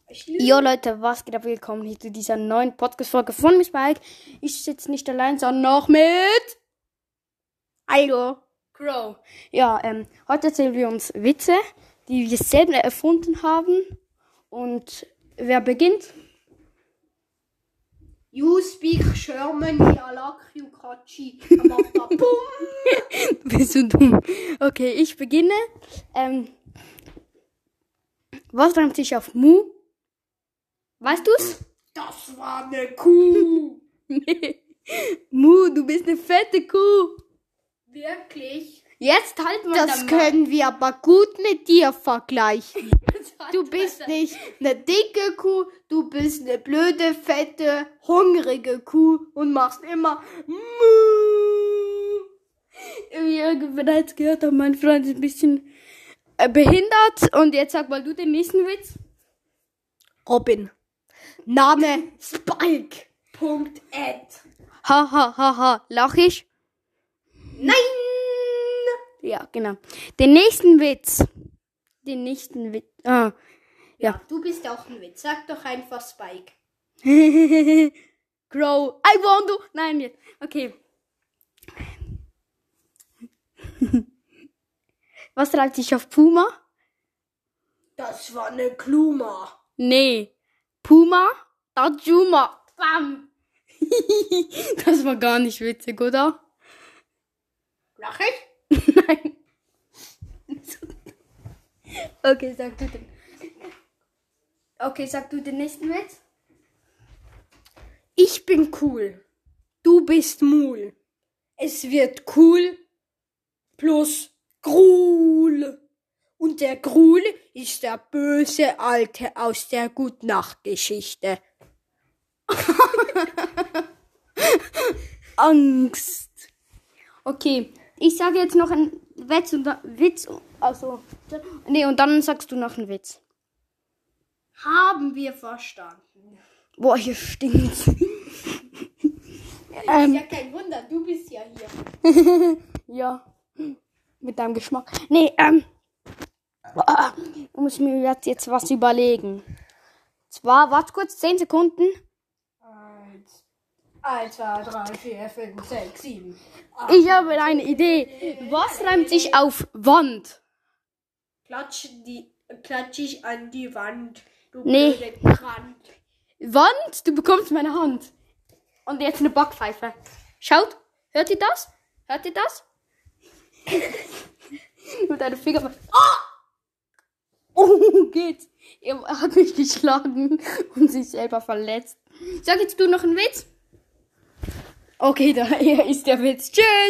Jo Leute, was geht ab? Willkommen hier zu dieser neuen Podcast-Folge von Miss Spike. Ich sitze nicht allein, sondern noch mit Hallo Crow. Ja, heute erzählen wir uns Witze, die wir selber erfunden haben. Und wer beginnt? You speak German, I like you, Katschi. Bist du dumm? Okay, ich beginne. Was reimt sich auf Mu? Weißt du's? Das war eine Kuh. Nee. Mu, du bist eine fette Kuh. Wirklich? Jetzt halt mal Das können wir aber gut mit dir vergleichen. Du bist nicht eine dicke Kuh, du bist eine blöde, fette, hungrige Kuh und machst immer Mu. Wie ihr bereits gehört habt, mein Freund ist ein bisschen behindert. Und jetzt sag mal du den nächsten Witz. Robin. Name Spike. .ad. Ha, ha, ha, ha. Lach ich? Nein! Ja, genau. Den nächsten Witz. Ah, ja. Du bist auch ein Witz. Sag doch einfach Spike. Grow. I want to. Nein, jetzt. Okay. Was reimt sich auf Puma? Das war eine Kluma. Nee. Puma, Tajuma. Bam. Das war gar nicht witzig, oder? Lach ich? Nein. Okay, sag du den nächsten Witz. Ich bin cool. Du bist Mul. Es wird cool plus Grul. Und der Grul ist der böse Alte aus der Gutnachtgeschichte. Angst. Okay, ich sage jetzt noch einen Witz also, nee, und dann sagst du noch einen Witz. Haben wir verstanden. Boah, hier stinkt's. Ist ja kein Wunder, du bist ja hier. Ja, mit deinem Geschmack. Nee, muss ich mir jetzt was überlegen. Zwar, warte kurz, 10 Sekunden. 1, 2, 3, 4, 5, 6, 7. 8, Ich habe eine Idee. Was reimt sich auf Wand? Klatsch ich an die Wand. Du Nee. blöde Krant. Wand? Du bekommst meine Hand. Und jetzt eine Backpfeife. Schaut, hört ihr das? Hört ihr das? Mit einem Finger. Oh, geht's. Er hat mich geschlagen und sich selber verletzt. Sag jetzt du noch einen Witz? Okay, da ist der Witz. Tschüss.